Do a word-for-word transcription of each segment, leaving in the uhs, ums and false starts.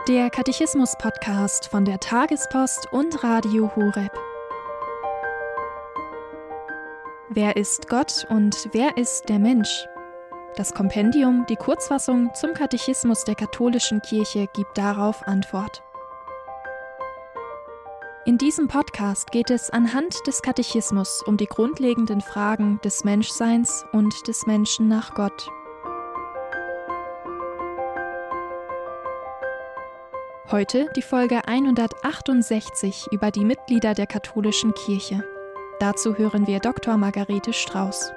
Der Katechismus-Podcast von der Tagespost und Radio Horeb. Wer ist Gott und wer ist der Mensch? Das Kompendium, die Kurzfassung zum Katechismus der katholischen Kirche, gibt darauf Antwort. In diesem Podcast geht es anhand des Katechismus um die grundlegenden Fragen des Menschseins und des Menschen nach Gott. Heute die Folge hundertachtundsechzig über die Mitglieder der katholischen Kirche. Dazu hören wir Doktor Margarete Strauß.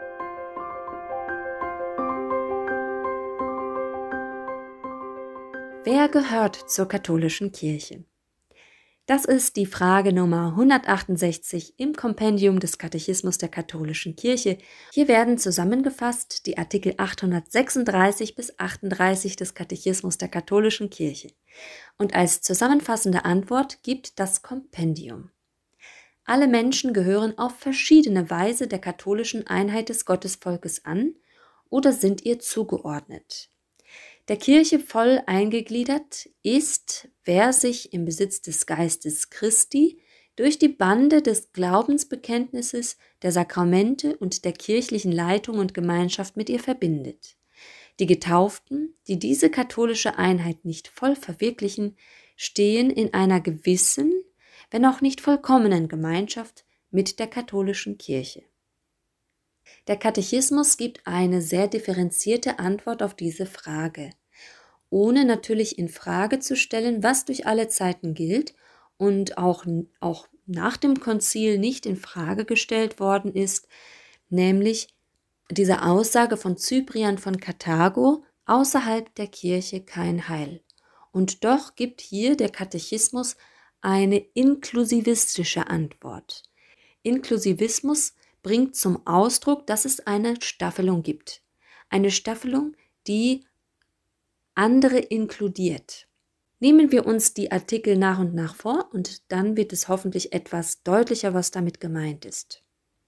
Wer gehört zur katholischen Kirche? Das ist die Frage Nummer hundertachtundsechzig im Kompendium des Katechismus der katholischen Kirche. Hier werden zusammengefasst die Artikel achthundertsechsunddreißig bis achtunddreißig des Katechismus der katholischen Kirche. Und als zusammenfassende Antwort gibt das Kompendium: Alle Menschen gehören auf verschiedene Weise der katholischen Einheit des Gottesvolkes an oder sind ihr zugeordnet. Der Kirche voll eingegliedert ist, wer sich im Besitz des Geistes Christi durch die Bande des Glaubensbekenntnisses, der Sakramente und der kirchlichen Leitung und Gemeinschaft mit ihr verbindet. Die Getauften, die diese katholische Einheit nicht voll verwirklichen, stehen in einer gewissen, wenn auch nicht vollkommenen Gemeinschaft mit der katholischen Kirche. Der Katechismus gibt eine sehr differenzierte Antwort auf diese Frage, ohne natürlich in Frage zu stellen, was durch alle Zeiten gilt und auch, auch nach dem Konzil nicht in Frage gestellt worden ist, nämlich diese Aussage von Cyprian von Karthago: außerhalb der Kirche kein Heil. Und doch gibt hier der Katechismus eine inklusivistische Antwort. Inklusivismus bringt zum Ausdruck, dass es eine Staffelung gibt. Eine Staffelung, die andere inkludiert. Nehmen wir uns die Artikel nach und nach vor und dann wird es hoffentlich etwas deutlicher, was damit gemeint ist.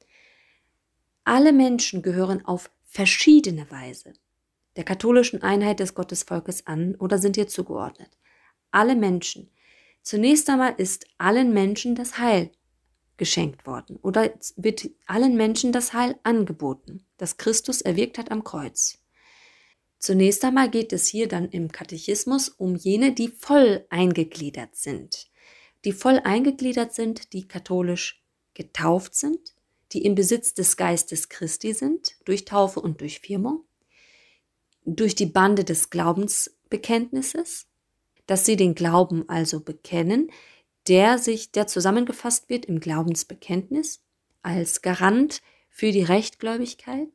Alle Menschen gehören auf verschiedene Weise der katholischen Einheit des Gottesvolkes an oder sind ihr zugeordnet. Alle Menschen. Zunächst einmal ist allen Menschen das Heil geschenkt worden oder wird allen Menschen das Heil angeboten, das Christus erwirkt hat am Kreuz. Zunächst einmal geht es hier dann im Katechismus um jene, die voll eingegliedert sind. Die voll eingegliedert sind, die katholisch getauft sind, die im Besitz des Geistes Christi sind, durch Taufe und durch Firmung, durch die Bande des Glaubensbekenntnisses, dass sie den Glauben also bekennen, der sich, der zusammengefasst wird im Glaubensbekenntnis als Garant für die Rechtgläubigkeit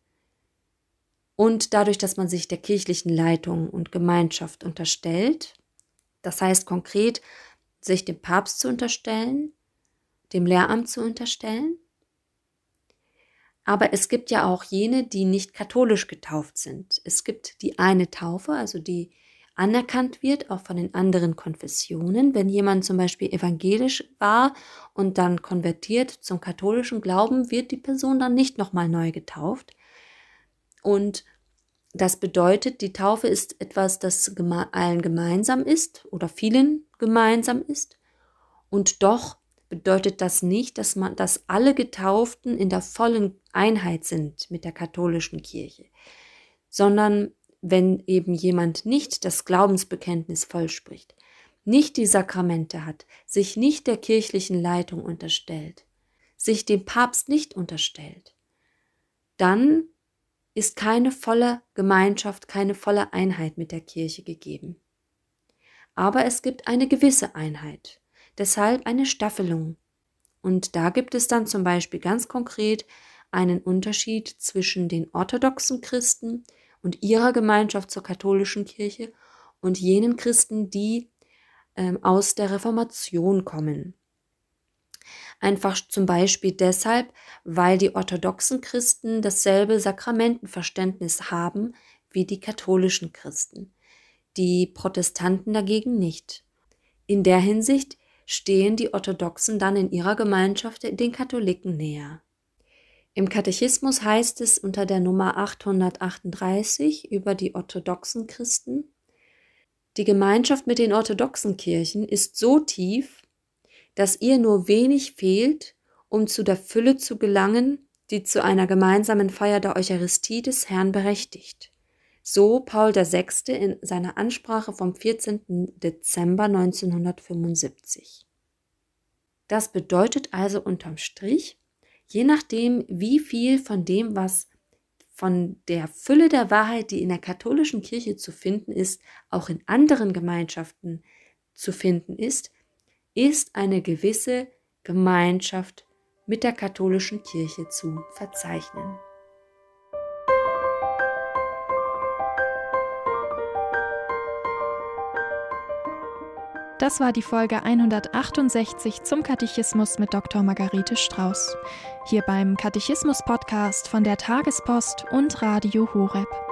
und dadurch, dass man sich der kirchlichen Leitung und Gemeinschaft unterstellt, das heißt konkret, sich dem Papst zu unterstellen, dem Lehramt zu unterstellen. Aber es gibt ja auch jene, die nicht katholisch getauft sind. Es gibt die eine Taufe, also die anerkannt wird, auch von den anderen Konfessionen. Wenn jemand zum Beispiel evangelisch war und dann konvertiert zum katholischen Glauben, wird die Person dann nicht nochmal neu getauft. Und das bedeutet, die Taufe ist etwas, das geme- allen gemeinsam ist oder vielen gemeinsam ist. Und doch bedeutet das nicht, dass man, dass alle Getauften in der vollen Einheit sind mit der katholischen Kirche, sondern wenn eben jemand nicht das Glaubensbekenntnis vollspricht, nicht die Sakramente hat, sich nicht der kirchlichen Leitung unterstellt, sich dem Papst nicht unterstellt, dann ist keine volle Gemeinschaft, keine volle Einheit mit der Kirche gegeben. Aber es gibt eine gewisse Einheit, deshalb eine Staffelung. Und da gibt es dann zum Beispiel ganz konkret einen Unterschied zwischen den orthodoxen Christen und ihrer Gemeinschaft zur katholischen Kirche und jenen Christen, die ähm, aus der Reformation kommen. Einfach zum Beispiel deshalb, weil die orthodoxen Christen dasselbe Sakramentenverständnis haben wie die katholischen Christen, die Protestanten dagegen nicht. In der Hinsicht stehen die Orthodoxen dann in ihrer Gemeinschaft den Katholiken näher. Im Katechismus heißt es unter der Nummer achthundertachtunddreißig über die orthodoxen Christen: Die Gemeinschaft mit den orthodoxen Kirchen ist so tief, dass ihr nur wenig fehlt, um zu der Fülle zu gelangen, die zu einer gemeinsamen Feier der Eucharistie des Herrn berechtigt. So Paul der Sechste in seiner Ansprache vom vierzehnten Dezember neunzehnhundertfünfundsiebzig. Das bedeutet also unterm Strich, je nachdem, wie viel von dem, was von der Fülle der Wahrheit, die in der katholischen Kirche zu finden ist, auch in anderen Gemeinschaften zu finden ist, ist eine gewisse Gemeinschaft mit der katholischen Kirche zu verzeichnen. Das war die Folge hundertachtundsechzig zum Katechismus mit Doktor Margarete Strauß. Hier beim Katechismus-Podcast von der Tagespost und Radio Horeb.